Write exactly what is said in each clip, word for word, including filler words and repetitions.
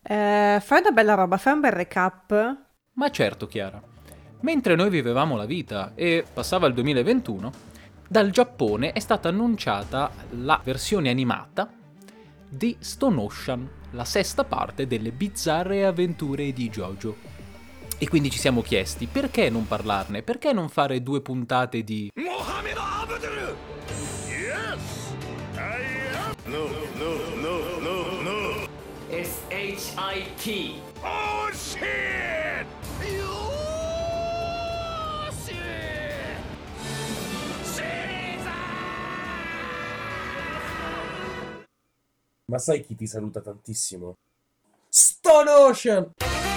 Eh, fai una bella roba, fai un bel recap. Ma certo, Chiara. Mentre noi vivevamo la vita e passava il duemilaventuno, dal Giappone è stata annunciata la versione animata di Stone Ocean, la sesta parte delle bizzarre avventure di JoJo. E quindi ci siamo chiesti, perché non parlarne? Perché non fare due puntate di... Mohamed Abdul! Yes! I am... No, no, no, no, no! S H I T. Oh, shit! You... shit! Ma sai chi ti saluta tantissimo? Stone Ocean!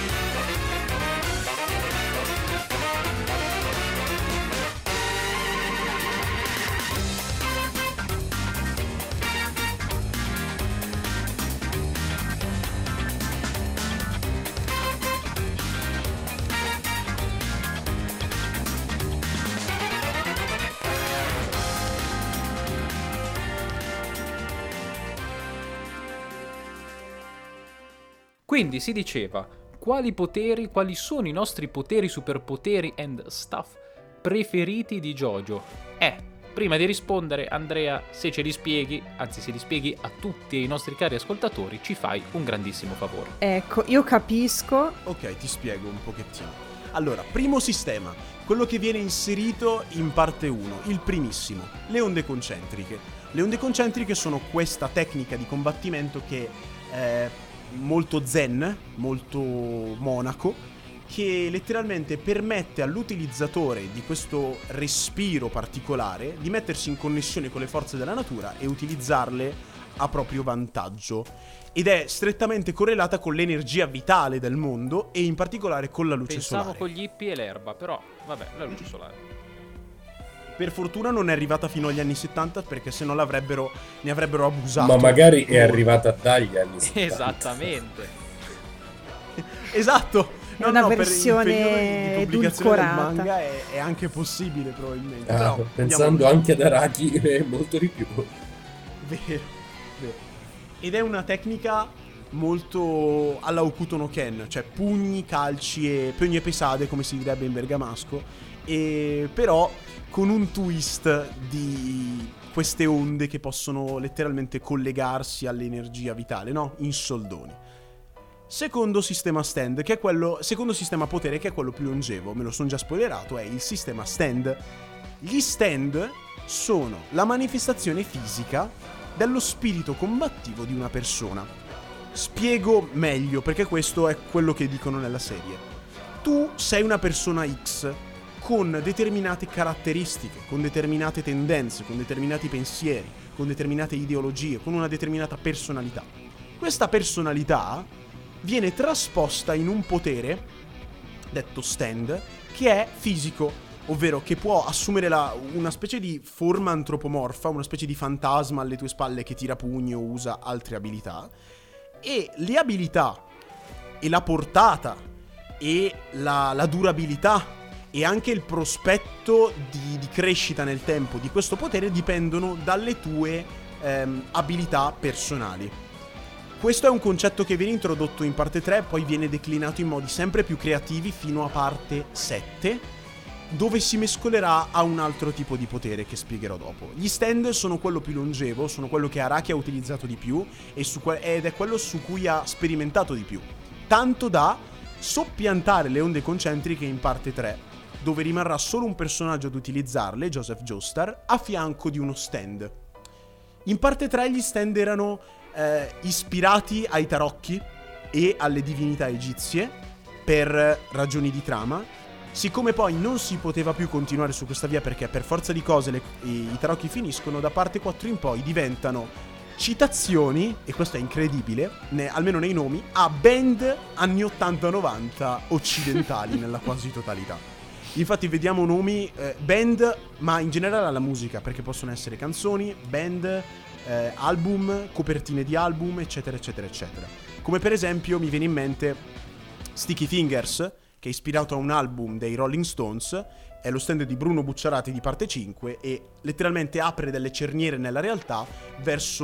Quindi si diceva, quali poteri, quali sono i nostri poteri, superpoteri and stuff preferiti di JoJo? Eh, prima di rispondere, Andrea, se ce li spieghi, anzi se li spieghi a tutti i nostri cari ascoltatori, ci fai un grandissimo favore. Ecco, io capisco. Ok, ti spiego un pochettino. Allora, primo sistema, quello che viene inserito in parte uno, il primissimo, le onde concentriche. Le onde concentriche sono questa tecnica di combattimento che è molto zen, molto monaco, che letteralmente permette all'utilizzatore di questo respiro particolare di mettersi in connessione con le forze della natura e utilizzarle a proprio vantaggio. Ed è strettamente correlata con l'energia vitale del mondo e in particolare con la luce Pensavo solare. con gli hippie e l'erba, però vabbè, la luce solare. Per fortuna non è arrivata fino agli anni settanta, perché se no l'avrebbero, ne avrebbero abusato. Ma magari è arrivata dagli anni settanta. Esattamente. Esatto. È una no, versione per il periodo di pubblicazione del edulcorata. manga è, è anche possibile probabilmente. Ah, Però, pensando andiamo... anche ad Araki è molto di più. Vero, vero. Ed è una tecnica molto alla Hokuto no Ken, cioè pugni, calci e pugni e pesade, come si direbbe in bergamasco, e però con un twist di queste onde che possono letteralmente collegarsi all'energia vitale, no? In soldoni. Secondo sistema stand, che è quello, secondo sistema potere, che è quello più longevo, me lo sono già spoilerato, è il sistema stand. Gli stand sono la manifestazione fisica dello spirito combattivo di una persona. Spiego meglio, perché questo è quello che dicono nella serie. Tu sei una persona X con determinate caratteristiche, con determinate tendenze, con determinati pensieri, con determinate ideologie, con una determinata personalità. Questa personalità viene trasposta in un potere, detto stand, che è fisico, ovvero che può assumere la, una specie di forma antropomorfa, una specie di fantasma alle tue spalle che tira pugni o usa altre abilità, e le abilità e la portata e la, la durabilità e anche il prospetto di, di crescita nel tempo di questo potere dipendono dalle tue ehm, abilità personali. Questo è un concetto che viene introdotto in parte tre, poi viene declinato in modi sempre più creativi fino a parte sette, dove si mescolerà a un altro tipo di potere che spiegherò dopo. Gli stand sono quello più longevo, sono quello che Araki ha utilizzato di più e su que- ed è quello su cui ha sperimentato di più, tanto da soppiantare le onde concentriche in parte tre, dove rimarrà solo un personaggio ad utilizzarle, Joseph Joestar, a fianco di uno stand. In parte tre gli stand erano eh, ispirati ai tarocchi e alle divinità egizie per ragioni di trama. Siccome poi non si poteva più continuare su questa via perché per forza di cose le, i, i tarocchi finiscono, da parte quattro in poi diventano citazioni, e questo è incredibile, ne, almeno nei nomi, a band anni ottanta novanta occidentali nella quasi totalità. Infatti vediamo nomi, eh, band, ma in generale alla musica, perché possono essere canzoni, band, eh, album, copertine di album, eccetera, eccetera, eccetera. Come per esempio mi viene in mente Sticky Fingers, che è ispirato a un album dei Rolling Stones, è lo stand di Bruno Bucciarati di parte cinque e letteralmente apre delle cerniere nella realtà verso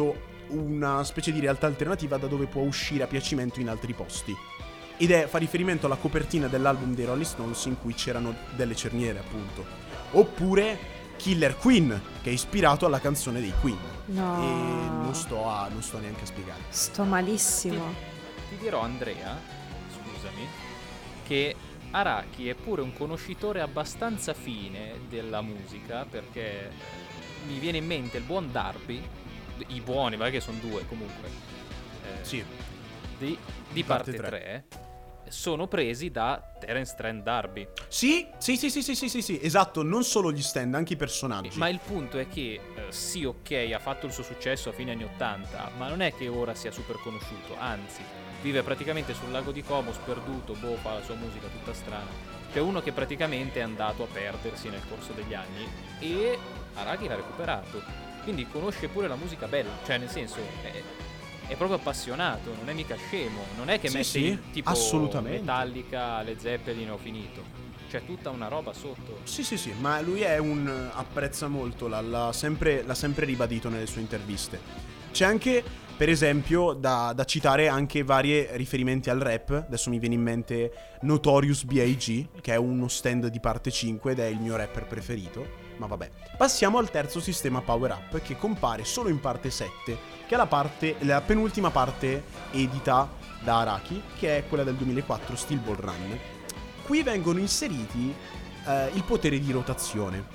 una specie di realtà alternativa da dove può uscire a piacimento in altri posti. Ed è, fa riferimento alla copertina dell'album dei Rolling Stones in cui c'erano delle cerniere, appunto. Oppure Killer Queen, che è ispirato alla canzone dei Queen. No. E non sto, a, non sto neanche a spiegare. Sto malissimo. Ti dirò, Andrea, scusami, che Araki è pure un conoscitore abbastanza fine della musica, perché mi viene in mente il buon Darby, i buoni, ma che sono due comunque, eh, Sì. di, di parte tre, sono presi da Terence Trent D'Arby. Sì, sì, sì, sì, sì, sì, sì, sì, esatto, non solo gli stand, anche i personaggi. Ma il punto è che, eh, sì, ok, ha fatto il suo successo a fine anni ottanta, ma non è che ora sia super conosciuto, anzi, vive praticamente sul lago di Como, sperduto, boh, fa la sua musica tutta strana. C'è uno che praticamente è andato a perdersi nel corso degli anni e Araki l'ha recuperato. Quindi conosce pure la musica bella, cioè nel senso è, è proprio appassionato, non è mica scemo, non è che Sì, mette sì, il tipo assolutamente. Metallica, Led Zeppelin ho finito. C'è tutta una roba sotto. Sì, sì, sì, ma lui è un apprezza molto, l'ha, l'ha sempre, l'ha sempre ribadito nelle sue interviste. C'è anche, per esempio, da, da citare anche vari riferimenti al rap. Adesso mi viene in mente Notorious B I G, che è uno stand di parte cinque ed è il mio rapper preferito. Ma vabbè. Passiamo al terzo sistema Power Up, che compare solo in parte sette, che è la parte, la penultima parte edita da Araki, che è quella del duemilaquattro, Steel Ball Run. Qui vengono inseriti eh, il potere di rotazione.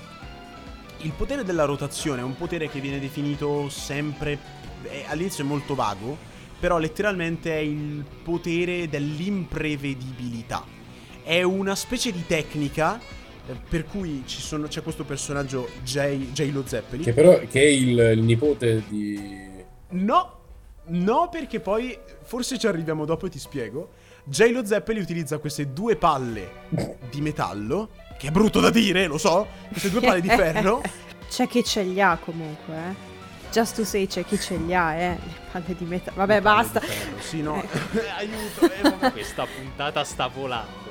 Il potere della rotazione è un potere che viene definito sempre, eh, all'inizio è molto vago, però letteralmente è il potere dell'imprevedibilità. È una specie di tecnica eh, per cui ci sono, c'è questo personaggio Jay, Jay Lo Zeppelin. Che però che è il, il nipote di... No, no, perché poi forse ci arriviamo dopo e ti spiego. Jay Lo Zeppelin utilizza queste due palle di metallo, che è brutto da dire, lo so, queste due palle di ferro. C'è chi ce li ha comunque, eh. Just to say, c'è chi ce li ha, eh. Le palle di metallo. Vabbè, Palle basta. di ferro, sì, no. Aiuto, eh, vabbè. Questa puntata sta volando.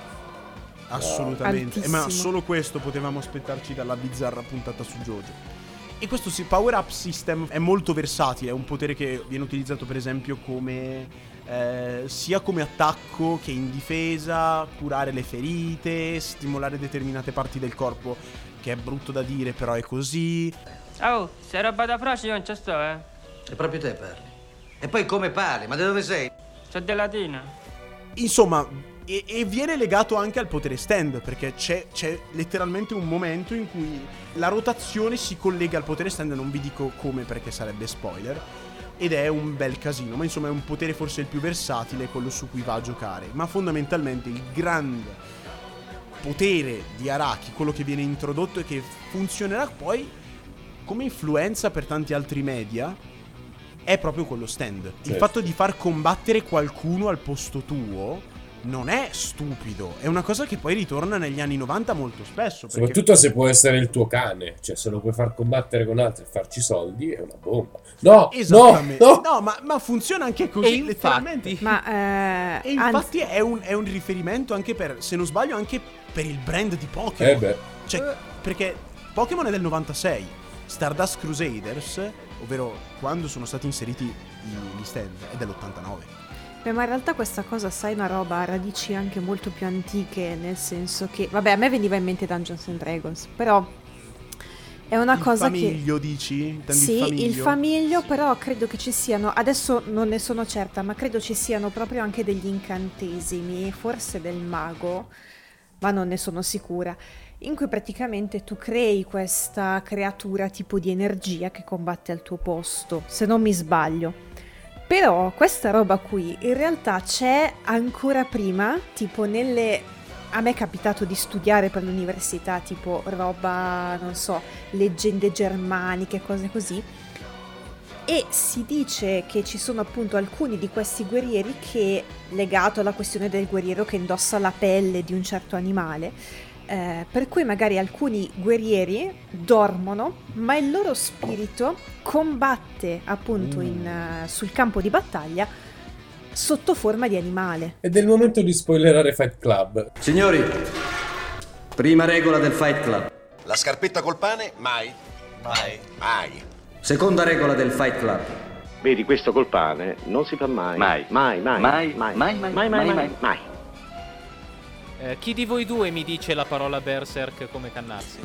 Assolutamente. Eh, ma Altissimo. solo questo potevamo aspettarci dalla bizzarra puntata su JoJo. E questo sì, Power Up System è molto versatile, è un potere che viene utilizzato per esempio come eh, sia come attacco che in difesa, curare le ferite, stimolare determinate parti del corpo, che è brutto da dire però è così. Oh, se è roba da frasi io non ci sto, eh. E proprio te parli. E poi come parli? Ma da dove sei? Sono della Latina. Insomma, e, e viene legato anche al potere stand, perché c'è, c'è letteralmente un momento in cui la rotazione si collega al potere stand, non vi dico come perché sarebbe spoiler, ed è un bel casino, ma insomma è un potere forse il più versatile, quello su cui va a giocare. Ma fondamentalmente il grande potere di Araki, quello che viene introdotto e che funzionerà poi come influenza per tanti altri media, è proprio quello stand. Certo. Il fatto di far combattere qualcuno al posto tuo non è stupido, è una cosa che poi ritorna negli anni novanta molto spesso. Perché... Soprattutto se può essere il tuo cane, cioè se lo puoi far combattere con altri e farci soldi è una bomba. No, Esattamente. no, no. No, ma, ma funziona anche così, E infatti- letteralmente. Ma eh, E infatti anzi, è un, è un riferimento anche per, se non sbaglio, anche per il brand di Pokémon. Eh beh. Cioè, perché Pokémon è del novantasei, Stardust Crusaders, ovvero quando sono stati inseriti gli stand, è dell'ottantanove. beh, ma in realtà questa cosa, sai, una roba ha radici anche molto più antiche, nel senso che, vabbè, a me veniva in mente Dungeons and Dragons, però è una il cosa famiglio, dici? Intendi sì, il famiglio? il famiglio, però credo che ci siano, adesso non ne sono certa, ma credo ci siano proprio anche degli incantesimi, forse del mago, ma non ne sono sicura, in cui praticamente tu crei questa creatura tipo di energia che combatte al tuo posto, se non mi sbaglio. Però questa roba qui in realtà c'è ancora prima, tipo nelle... A me è capitato di studiare per l'università, tipo roba, non so, leggende germaniche, cose così. E si dice che ci sono appunto alcuni di questi guerrieri che, legato alla questione del guerriero che indossa la pelle di un certo animale, eh, per cui magari alcuni guerrieri dormono, ma il loro spirito combatte appunto in, uh, sul campo di battaglia sotto forma di animale. Ed è il momento di spoilerare Fight Club. Signori, prima regola del Fight Club. La scarpetta col pane? Mai. Mai. Mai. Seconda regola del Fight Club. Vedi, questo col pane non si fa mai. Mai. Mai, mai. Mai, mai, mai, mai, mai, mai, mai, mai, mai. Eh, chi di voi due mi dice la parola berserk come Cannazzi?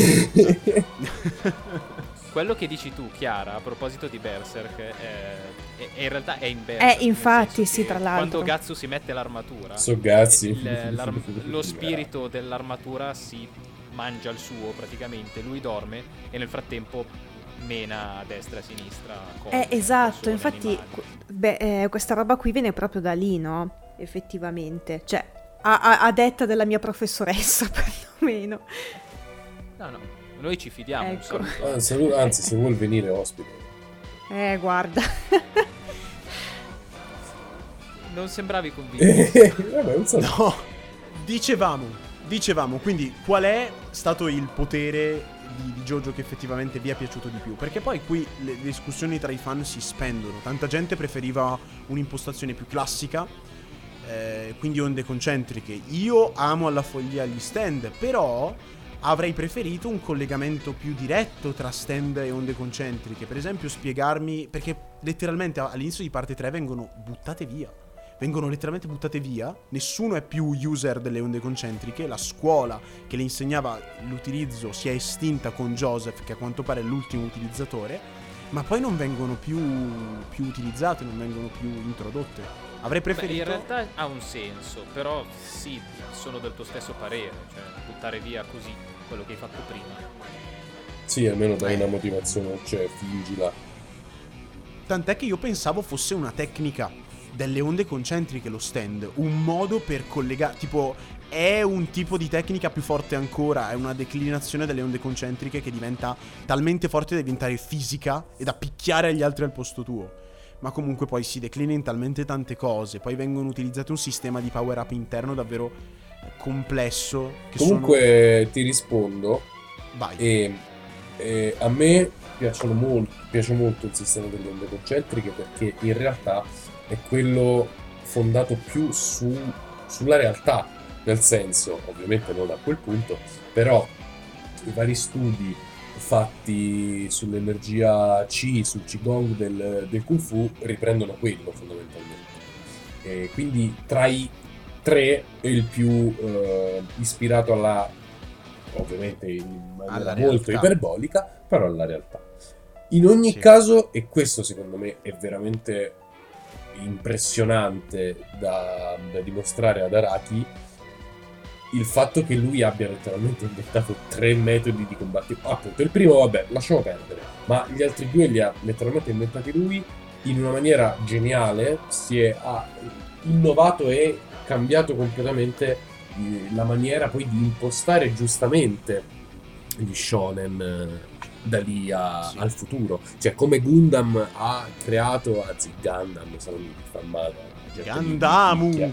Quello che dici tu, Chiara, a proposito di berserk, è, è- è in realtà è in berserk. Eh, infatti, nel senso sì, che tra l'altro. Quando Gatsu si mette l'armatura, So Gazzi. il- l'arm- lo spirito dell'armatura si mangia il suo praticamente, lui dorme e nel frattempo mena a destra e a sinistra. cose, Eh, esatto, persone, infatti animali. qu- beh, eh, questa roba qui viene proprio da lì, no? Effettivamente. Cioè, a, a- a detta della mia professoressa, perlomeno. No, no, noi ci fidiamo. un Ecco. saluto. Ah, salu- Anzi, se vuol venire ospite. Eh, guarda. Non sembravi convinto. Vabbè, un saluto. No, dicevamo, dicevamo, quindi qual è stato il potere di, di Jojo che effettivamente vi è piaciuto di più? Perché poi qui le discussioni tra i fan si spendono, tanta gente preferiva un'impostazione più classica, eh, quindi onde concentriche. Io amo alla follia gli stand, però avrei preferito un collegamento più diretto tra stand e onde concentriche. Per esempio spiegarmi, perché letteralmente all'inizio di parte tre vengono buttate via. Vengono letteralmente buttate via, nessuno è più user delle onde concentriche, la scuola che le insegnava l'utilizzo si è estinta con Joseph, che a quanto pare è l'ultimo utilizzatore, ma poi non vengono più, più utilizzate, non vengono più introdotte. Avrei Beh, preferito... in realtà ha un senso, però sì, sono del tuo stesso parere, cioè buttare via così quello che hai fatto prima. Sì, almeno dai una motivazione, cioè, fingila. Tant'è che io pensavo fosse una tecnica delle onde concentriche lo stand, un modo per collegare, tipo è un tipo di tecnica più forte ancora, è una declinazione delle onde concentriche che diventa talmente forte da diventare fisica e da picchiare agli altri al posto tuo. Ma comunque poi si declina in talmente tante cose, poi vengono utilizzate un sistema di power up interno davvero complesso che Comunque ti rispondo sono... Vai. e, e a me piacciono molto, piace molto il sistema delle onde concentriche perché in realtà è quello fondato più su, sulla realtà, nel senso, ovviamente non a quel punto, però i vari studi fatti sull'energia Qi, sul Qigong del, del Kung Fu riprendono quello fondamentalmente. E quindi tra i tre è il più eh, ispirato alla, ovviamente in maniera Alla molto realtà. iperbolica, però alla realtà. In ogni Sì. caso, e questo secondo me è veramente impressionante da, da dimostrare ad Araki, il fatto che lui abbia letteralmente inventato tre metodi di combattimento. Appunto, il primo, vabbè, lasciamo perdere, ma gli altri due li ha letteralmente inventati lui in una maniera geniale. Si è ha innovato e cambiato completamente eh, la maniera poi di impostare giustamente gli shonen eh, da lì a- Sì. al futuro. Cioè, come Gundam ha creato, anzi Gundam, sono fermato. Gandamu!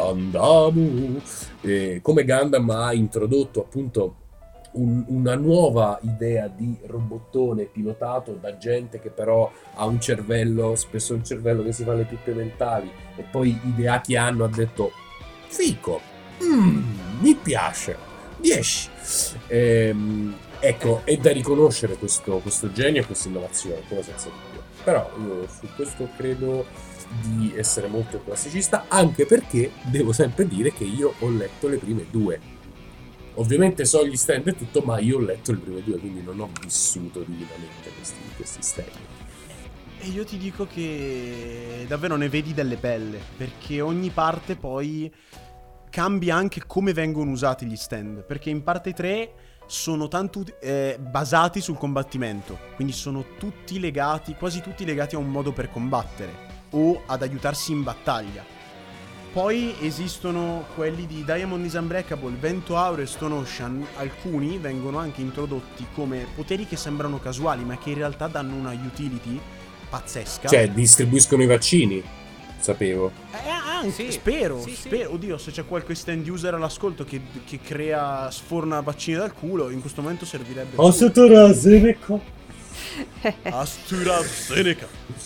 Gandamu! Eh, come Gundam ha introdotto appunto un- una nuova idea di robottone pilotato da gente che però ha un cervello, spesso un cervello che si fa le pippe mentali, e poi Hideaki Anno ha detto fico, mm, mi piace, dieci. Ehm, ecco, è da riconoscere questo, questo genio e questa innovazione, quello senza dubbio. Però io su questo credo di essere molto classicista, anche perché devo sempre dire che io ho letto le prime due. Ovviamente so gli stand e tutto, ma io ho letto le prime due, quindi non ho vissuto divinamente questi, questi stand. E io ti dico che davvero ne vedi delle belle, perché ogni parte poi cambia anche come vengono usati gli stand, perché in parte tre sono tanto eh, basati sul combattimento, quindi sono tutti legati, quasi tutti legati a un modo per combattere o ad aiutarsi in battaglia. Poi esistono quelli di Diamond is Unbreakable, Vento Aureo e Stone Ocean. Alcuni vengono anche introdotti come poteri che sembrano casuali, ma che in realtà danno una utility pazzesca. Cioè, distribuiscono i vaccini, sapevo. Eh, anche, Sì, spero, sì, sì. spero. Oddio, se c'è qualche stand user all'ascolto che, che crea, sforna vaccini dal culo, in questo momento servirebbe. AstraZeneca. AstraZeneca.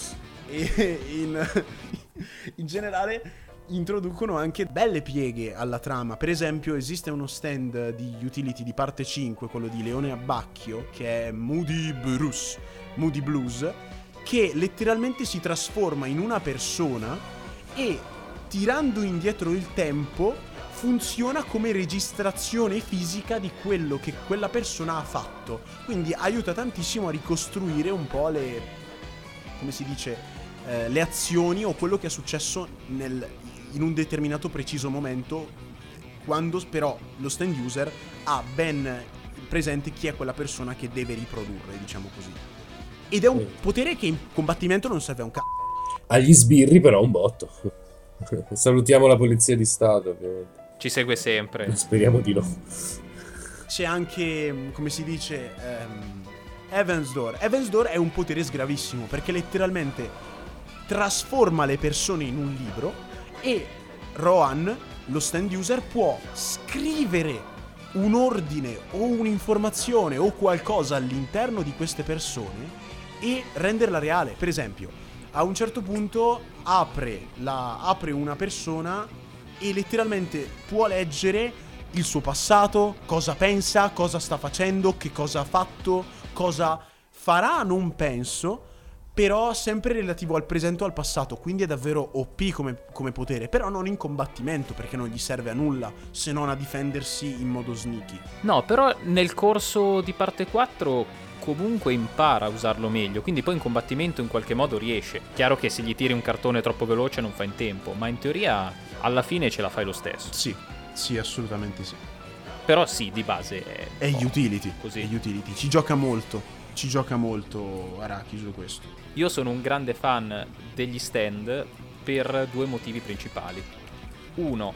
E in, in generale introducono anche belle pieghe alla trama. Per esempio esiste uno stand di utility di parte cinque, quello di Leone Abbacchio, che è Moody Blues, Moody Blues, che letteralmente si trasforma in una persona e, tirando indietro il tempo, funziona come registrazione fisica di quello che quella persona ha fatto. Quindi aiuta tantissimo a ricostruire un po' le, come si dice, eh, le azioni o quello che è successo nel, in un determinato preciso momento, quando però lo stand user ha ben presente chi è quella persona che deve riprodurre, diciamo così. Ed è un potere che in combattimento non serve a un c***o. Agli sbirri però un botto. Salutiamo la polizia di Stato, ovviamente. Ci segue sempre. Speriamo di no. C'è anche, come si dice, um, Heaven's Door. Heaven's Door è un potere sgravissimo, perché letteralmente trasforma le persone in un libro e Rohan, lo stand user, può scrivere un ordine o un'informazione o qualcosa all'interno di queste persone e renderla reale. Per esempio, a un certo punto apre, la, apre una persona e letteralmente può leggere il suo passato, cosa pensa, cosa sta facendo, che cosa ha fatto, cosa farà, non penso, però sempre relativo al presente o al passato. Quindi è davvero O P come, come potere, però non in combattimento, perché non gli serve a nulla se non a difendersi in modo sneaky. No, però nel corso di parte quattro comunque impara a usarlo meglio, quindi poi in combattimento in qualche modo riesce. Chiaro che se gli tiri un cartone troppo veloce non fa in tempo, ma in teoria alla fine ce la fai lo stesso. Sì, sì, assolutamente sì. Però sì, di base è... È no, utility, così. è utility. Ci gioca molto, ci gioca molto Araki su questo. Io sono un grande fan degli stand per due motivi principali. Uno,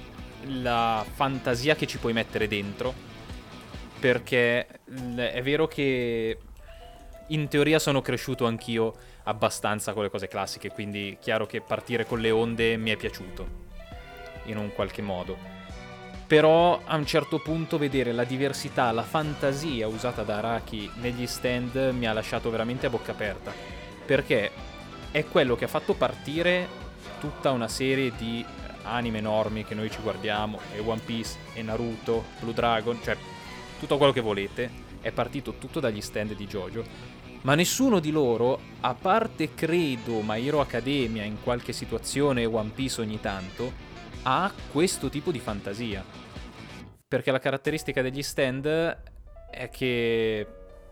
la fantasia che ci puoi mettere dentro, perché è vero che in teoria sono cresciuto anch'io abbastanza con le cose classiche, quindi chiaro che partire con le onde mi è piaciuto in un qualche modo. Però a un certo punto vedere la diversità, la fantasia usata da Araki negli stand mi ha lasciato veramente a bocca aperta, perché è quello che ha fatto partire tutta una serie di anime enormi che noi ci guardiamo, e One Piece, e Naruto, Blue Dragon, cioè tutto quello che volete, è partito tutto dagli stand di JoJo, ma nessuno di loro, a parte credo My Hero Academia in qualche situazione, One Piece ogni tanto, ha questo tipo di fantasia. Perché la caratteristica degli stand è che,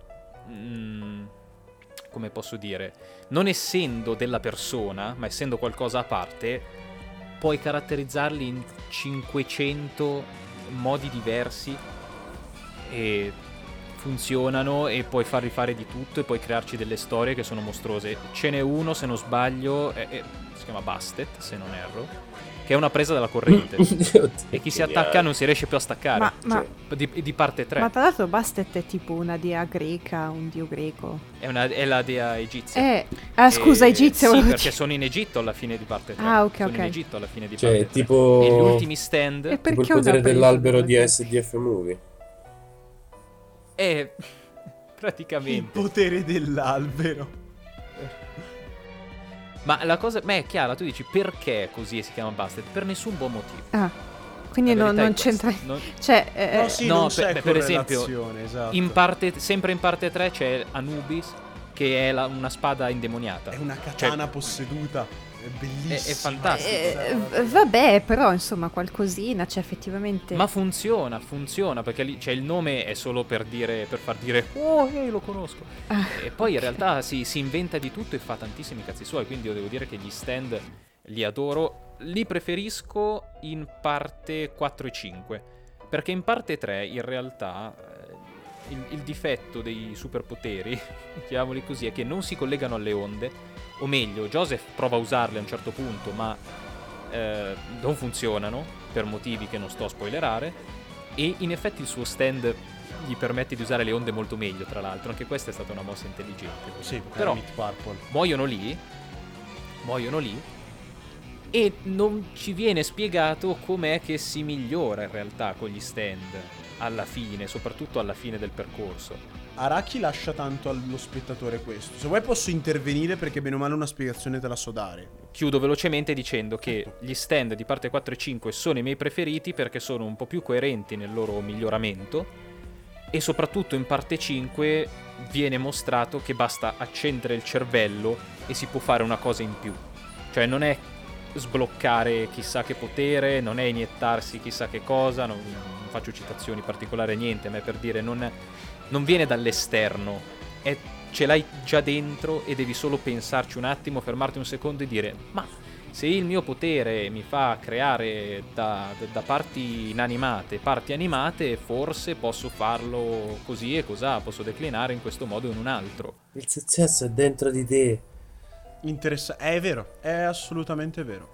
mm, come posso dire, non essendo della persona, ma essendo qualcosa a parte, puoi caratterizzarli in cinquecento modi diversi e funzionano, e puoi farli fare di tutto e puoi crearci delle storie che sono mostruose. Ce n'è uno, se non sbaglio, è, è, si chiama Bastet, se non erro, che è una presa dalla corrente e chi si attacca non si riesce più a staccare. Ma, ma, cioè, di, di parte tre. Ma tra l'altro Bastet è tipo una dea greca, un dio greco. È, una, è la dea egizia. Eh, ah scusa, e, egizia. Sì, perché dire. Sono in Egitto alla fine di parte tre. Ah, ok, sono ok. in Egitto alla fine di cioè, parte tipo... tre. E gli ultimi stand... E tipo il potere dell'albero di S D F Movie. È praticamente... Il potere dell'albero. Ma la cosa... Beh, è chiara, tu dici perché così si chiama Bastet? Per nessun buon motivo. Ah, quindi La non, verità non è questa. c'entra... Non- Cioè, eh, No, sì, no, non per- c'è per esempio, correlazione, esatto. In parte, sempre in parte tre c'è Anubis, che è la- una spada indemoniata. È una katana posseduta. È bellissima. È- è fantastico. eh, eh, vabbè, però insomma qualcosina c'è effettivamente. Ma funziona, funziona, perché lì, cioè, il nome è solo per dire, per far dire oh, io lo conosco. Ah, E poi in realtà si, si inventa di tutto e fa tantissimi cazzi suoi, quindi io devo dire che gli stand li adoro. Li preferisco in parte quattro e cinque, perché in parte tre in realtà eh, il, il difetto dei superpoteri, chiamiamoli così, è che non si collegano alle onde, o meglio, Joseph prova a usarle a un certo punto, ma eh, non funzionano per motivi che non sto a spoilerare, e in effetti il suo stand gli permette di usare le onde molto meglio, tra l'altro. Anche questa è stata una mossa intelligente. Sì, però Meat Purple. muoiono lì, muoiono lì, e non ci viene spiegato com'è che si migliora in realtà con gli stand alla fine, soprattutto alla fine del percorso. Araki lascia tanto allo spettatore questo. Se vuoi posso intervenire, perché bene o male una spiegazione te la so dare. Chiudo velocemente dicendo che gli stand di parte quattro e cinque sono i miei preferiti perché sono un po' più coerenti nel loro miglioramento E soprattutto in parte cinque viene mostrato che basta accendere il cervello e si può fare una cosa in più. Cioè non è sbloccare chissà che potere, non è iniettarsi chissà che cosa, non, non faccio citazioni particolari, niente, ma è per dire non, non viene dall'esterno, è, ce l'hai già dentro e devi solo pensarci un attimo, fermarti un secondo e dire ma se il mio potere mi fa creare da, da, da parti inanimate parti animate, forse posso farlo così e cos'ha, posso declinare in questo modo o in un altro. Il successo è dentro di te. Interessa- è vero, è assolutamente vero.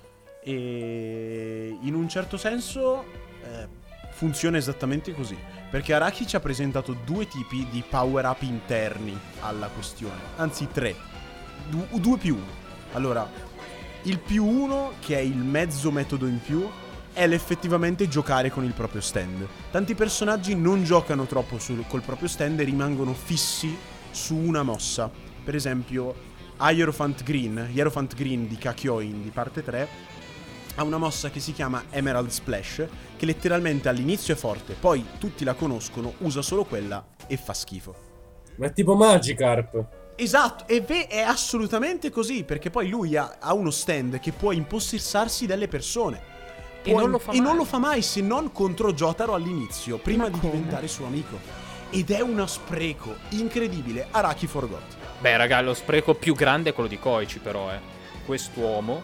E in un certo senso eh, funziona esattamente così, perché Araki ci ha presentato due tipi di power up interni alla questione, anzi tre, du- due più uno. Allora, il più uno, che è il mezzo metodo in più, è l'effettivamente giocare con il proprio stand. Tanti personaggi non giocano troppo sul, col proprio stand e rimangono fissi su una mossa. Per esempio Hierophant Green, Hierophant Green di Kakyoin di parte tre, ha una mossa che si chiama Emerald Splash, che letteralmente all'inizio è forte, poi tutti la conoscono, usa solo quella e fa schifo. Ma è tipo Magikarp. Esatto, e ve- è assolutamente così, perché poi lui ha, ha uno stand che può impossessarsi delle persone. E Può- non lo fa e mai. non lo fa mai, se non contro Jotaro all'inizio, prima di diventare suo amico. Ed è uno spreco incredibile. Araki forgot. Beh raga, lo spreco più grande è quello di Koichi però, eh. Quest'uomo,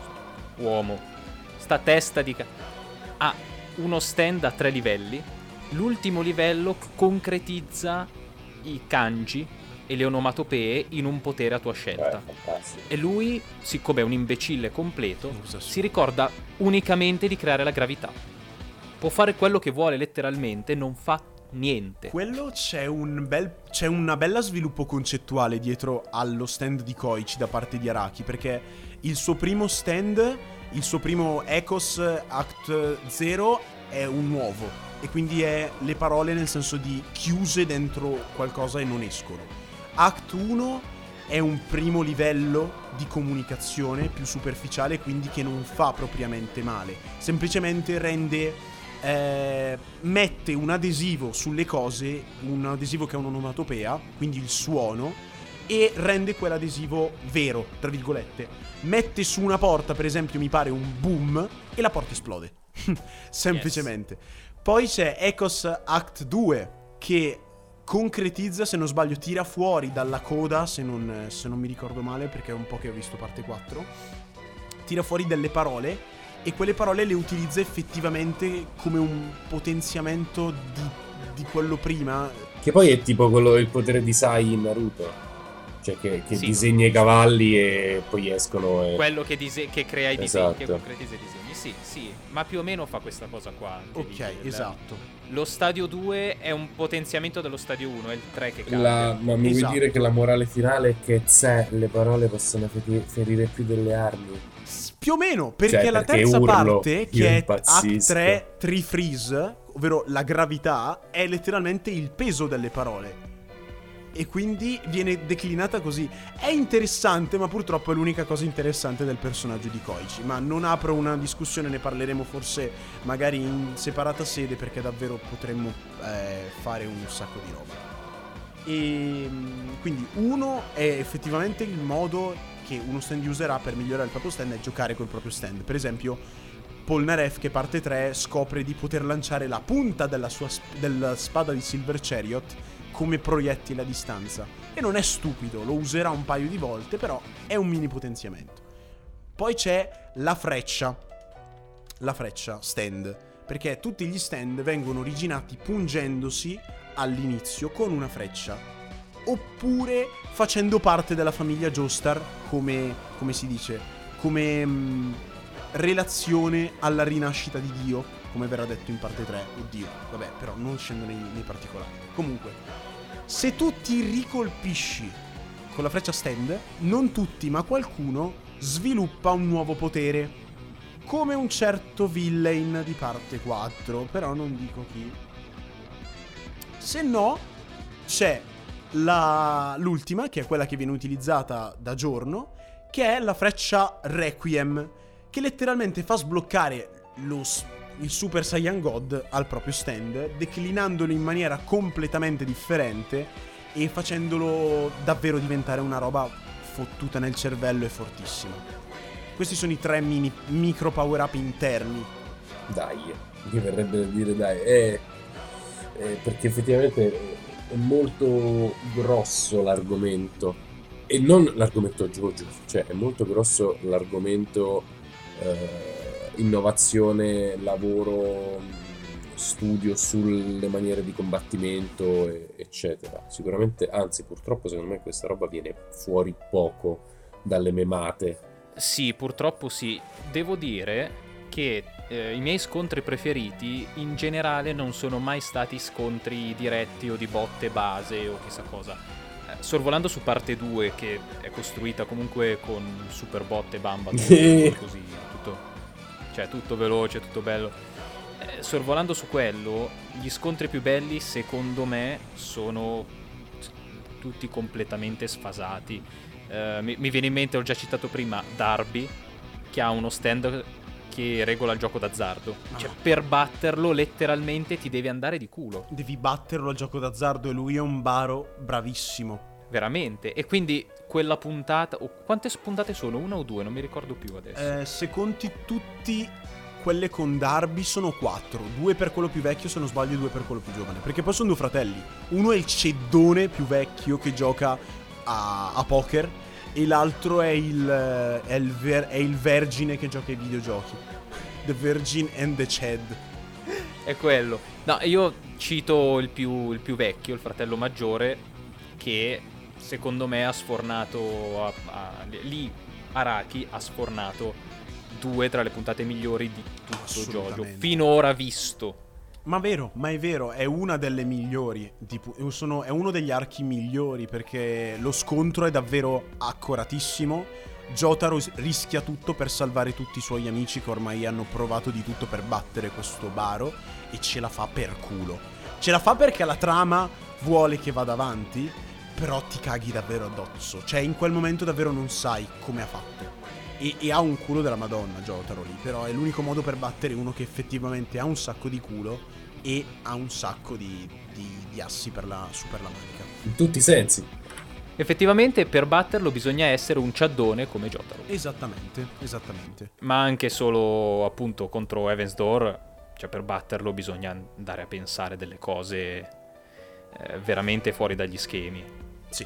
uomo, sta testa di... ca- ha uno stand a tre livelli. L'ultimo livello concretizza i kanji e le onomatopee in un potere a tua scelta. Eh, fantastico. E lui, siccome è un imbecille completo, Usa su- si ricorda unicamente di creare la gravità. Può fare quello che vuole letteralmente, non fa niente. Quello c'è un bel c'è una bella sviluppo concettuale dietro allo stand di Koichi da parte di Araki, perché il suo primo stand, il suo primo Ecos Act Zero è un nuovo, e quindi è le parole nel senso di chiuse dentro qualcosa e non escono. Act uno è un primo livello di comunicazione più superficiale, quindi che non fa propriamente male, semplicemente rende eh, mette un adesivo sulle cose, un adesivo che è un'onomatopea, quindi il suono, e rende quell'adesivo vero, tra virgolette. Mette su una porta, per esempio, mi pare un boom, e la porta esplode. Semplicemente. Poi c'è Ecos Act due, che concretizza, se non sbaglio, tira fuori dalla coda, se non, se non mi ricordo male, perché è un po' che ho visto parte quattro, tira fuori delle parole, e quelle parole le utilizza effettivamente come un potenziamento di, di quello prima. Che poi è tipo quello il potere di Sai in Naruto. Cioè che, che Sì. disegna i cavalli e poi escono e... Quello che, dise- che crea i disegni, Esatto. che concretizza i disegni. Sì, sì, ma più o meno fa questa cosa qua. Ok, Intelligent. esatto. Lo stadio due è un potenziamento dello stadio uno, è il tre che cambia. La, ma mi Esatto. vuoi dire che la morale finale è che se le parole possono feri- ferire più delle armi? S- Più o meno, perché, Cioè, la perché terza urlo, parte, io che è Act impazzisco. tre Tree Freeze, ovvero la gravità, è letteralmente il peso delle parole. E quindi viene declinata così. È interessante, ma purtroppo è l'unica cosa interessante del personaggio di Koichi. Ma non apro una discussione, ne parleremo forse magari in separata sede, perché davvero potremmo eh, fare un sacco di roba. E mm, quindi uno è effettivamente il modo che uno stand userà per migliorare il proprio stand, è giocare col proprio stand. Per esempio Polnareff, che parte tre, scopre di poter lanciare la punta della sua sp- della spada di Silver Chariot come proiettile a distanza. E non è stupido, lo userà un paio di volte, però è un mini potenziamento. Poi c'è la freccia. La freccia stand, perché tutti gli stand vengono originati pungendosi all'inizio con una freccia, oppure facendo parte della famiglia Joestar, come, come si dice, come mh, relazione alla rinascita di Dio, come verrà detto in parte tre. Oddio, vabbè, però non scendo nei, nei particolari. Comunque, se tu ti ricolpisci con la freccia stand, non tutti, ma qualcuno sviluppa un nuovo potere, come un certo villain di parte quattro, però non dico chi. Se no, c'è la, l'ultima, che è quella che viene utilizzata da giorno, che è la freccia Requiem, che letteralmente fa sbloccare lo, s- il Super Saiyan God al proprio stand, declinandolo in maniera completamente differente e facendolo davvero diventare una roba fottuta nel cervello e fortissima. Questi sono i tre mini micro power up interni. Dai, mi verrebbe da dire dai, è, è perché effettivamente è molto grosso l'argomento, e non l'argomento JoJo, cioè è molto grosso l'argomento eh, innovazione, lavoro, studio sulle maniere di combattimento, e, eccetera. Sicuramente, anzi purtroppo secondo me questa roba viene fuori poco dalle memate. Sì, purtroppo sì. Devo dire che eh, i miei scontri preferiti in generale non sono mai stati scontri diretti o di botte base o chissà cosa. Eh, sorvolando su parte due, che è costruita comunque con super botte, bamba, tutto così, tutto, cioè tutto veloce, tutto bello. Eh, sorvolando su quello, gli scontri più belli secondo me sono tutti completamente sfasati. Uh, mi, mi viene in mente, ho già citato prima, Darby, che ha uno stand che regola il gioco d'azzardo. Ah. Cioè, per batterlo letteralmente ti devi andare di culo. Devi batterlo al gioco d'azzardo e lui è un baro bravissimo. Veramente. E quindi quella puntata... Oh, quante puntate sono? Una o due? Non mi ricordo più adesso. Eh, se conti tutti quelle con Darby sono quattro. Due per quello più vecchio, se non sbaglio, e due per quello più giovane. Perché poi sono due fratelli. Uno è il ceddone più vecchio che gioca A, a poker, e l'altro è il, è, il ver, è il vergine che gioca ai videogiochi. The Virgin and the Chad. È quello. No, io cito il più, il più vecchio, il fratello maggiore, che secondo me ha sfornato a, a, lì Araki ha sfornato due tra le puntate migliori di tutto JoJo finora visto. Ma vero, ma è vero, è una delle migliori, tipo, sono, è uno degli archi migliori, perché lo scontro è davvero accuratissimo. Jotaro rischia tutto per salvare tutti i suoi amici che ormai hanno provato di tutto per battere questo baro, e ce la fa per culo. Ce la fa perché la trama vuole che vada avanti, però ti caghi davvero addosso. Cioè in quel momento davvero non sai come ha fatto. E, e ha un culo della Madonna Jotaro lì, però è l'unico modo per battere uno che effettivamente ha un sacco di culo e ha un sacco di, di, di assi per la, su per la manica. In tutti i sensi. Effettivamente per batterlo bisogna essere un ciaddone come Jotaro. Esattamente, esattamente. Ma anche solo appunto contro Heaven's Door, cioè per batterlo bisogna andare a pensare delle cose eh, veramente fuori dagli schemi. Sì.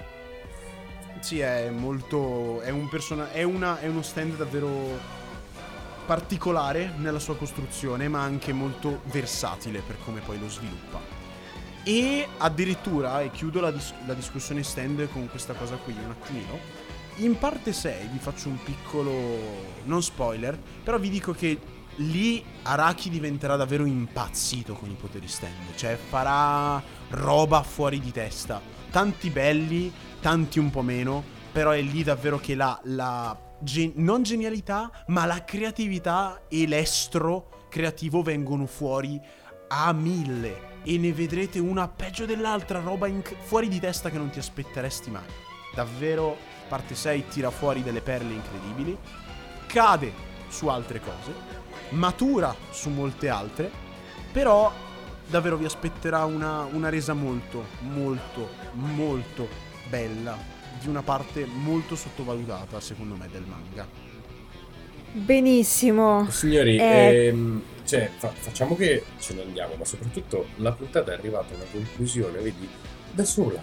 Sì, è molto... è un persona... è, una, è uno stand davvero particolare nella sua costruzione, ma anche molto versatile per come poi lo sviluppa. E addirittura, e chiudo la, dis- la discussione stand con questa cosa qui un attimino, in parte sei vi faccio un piccolo... non spoiler, però vi dico che lì Araki diventerà davvero impazzito con i poteri stand. Cioè farà roba fuori di testa. Tanti belli, tanti un po' meno, però è lì davvero che la, la gen- non genialità, ma la creatività e l'estro creativo vengono fuori a mille, e ne vedrete una peggio dell'altra, roba inc- fuori di testa che non ti aspetteresti mai. Davvero, parte sei tira fuori delle perle incredibili, cade su altre cose, matura su molte altre, però davvero vi aspetterà una, una resa molto, molto, molto bella, di una parte molto sottovalutata, secondo me, del manga. Benissimo. Signori, eh... ehm, cioè, fa- facciamo che ce ne andiamo, ma soprattutto la puntata è arrivata a una conclusione, vedi, da sola.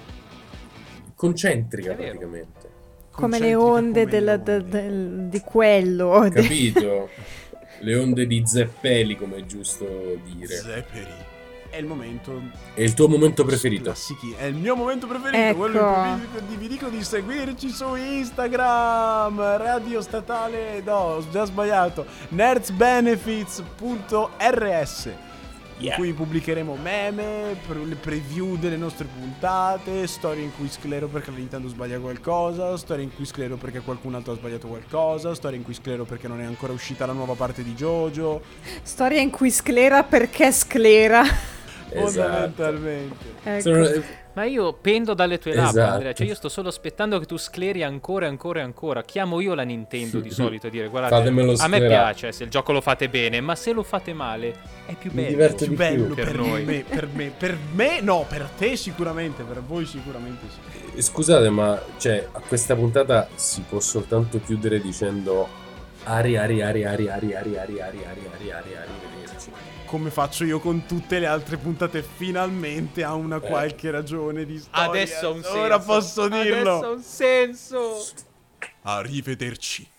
Concentrica, praticamente. Come le onde, come del, le onde. Del, del, di quello. Capito? Le onde di Zeppeli, come è giusto dire. Zeppeli. È il momento. È il tuo momento preferito. Classichi. È il mio momento preferito. Ecco. Quello in cui vi, vi dico di seguirci su Instagram. Radio Statale. No, ho già sbagliato. nerdsbenefits punto r s. Yeah. In cui pubblicheremo meme, pre- le preview delle nostre puntate, storie in cui sclero perché la Nintendo sbaglia qualcosa, storie in cui sclero perché qualcun altro ha sbagliato qualcosa, storie in cui sclero perché non è ancora uscita la nuova parte di JoJo. Storia in cui sclera perché sclera. Esatto. Fondamentalmente. Ecco. Sono, Ma io pendo dalle tue labbra, Esatto. Andrea. Cioè, io sto solo aspettando che tu scleri ancora e ancora e ancora. Chiamo io la Nintendo di solito a dire: guardate, Fatemelo a me sclerare. piace se il gioco lo fate bene, ma se lo fate male è più Mi bello. diverto Più di bello per per, noi. me, per me, per me no, per te sicuramente, per voi sicuramente sì. Eh, Scusate, ma cioè, a questa puntata si può soltanto chiudere dicendo Ari, Ari, Ari, Ari, Ari, Ari, Ari, Ari, Ari, Ari, Ari, Ari, arrivederci. Come faccio io con tutte le altre puntate, finalmente ha una qualche ragione di storia. Adesso ha un senso. Ora posso dirlo. Adesso ha un senso. Arrivederci.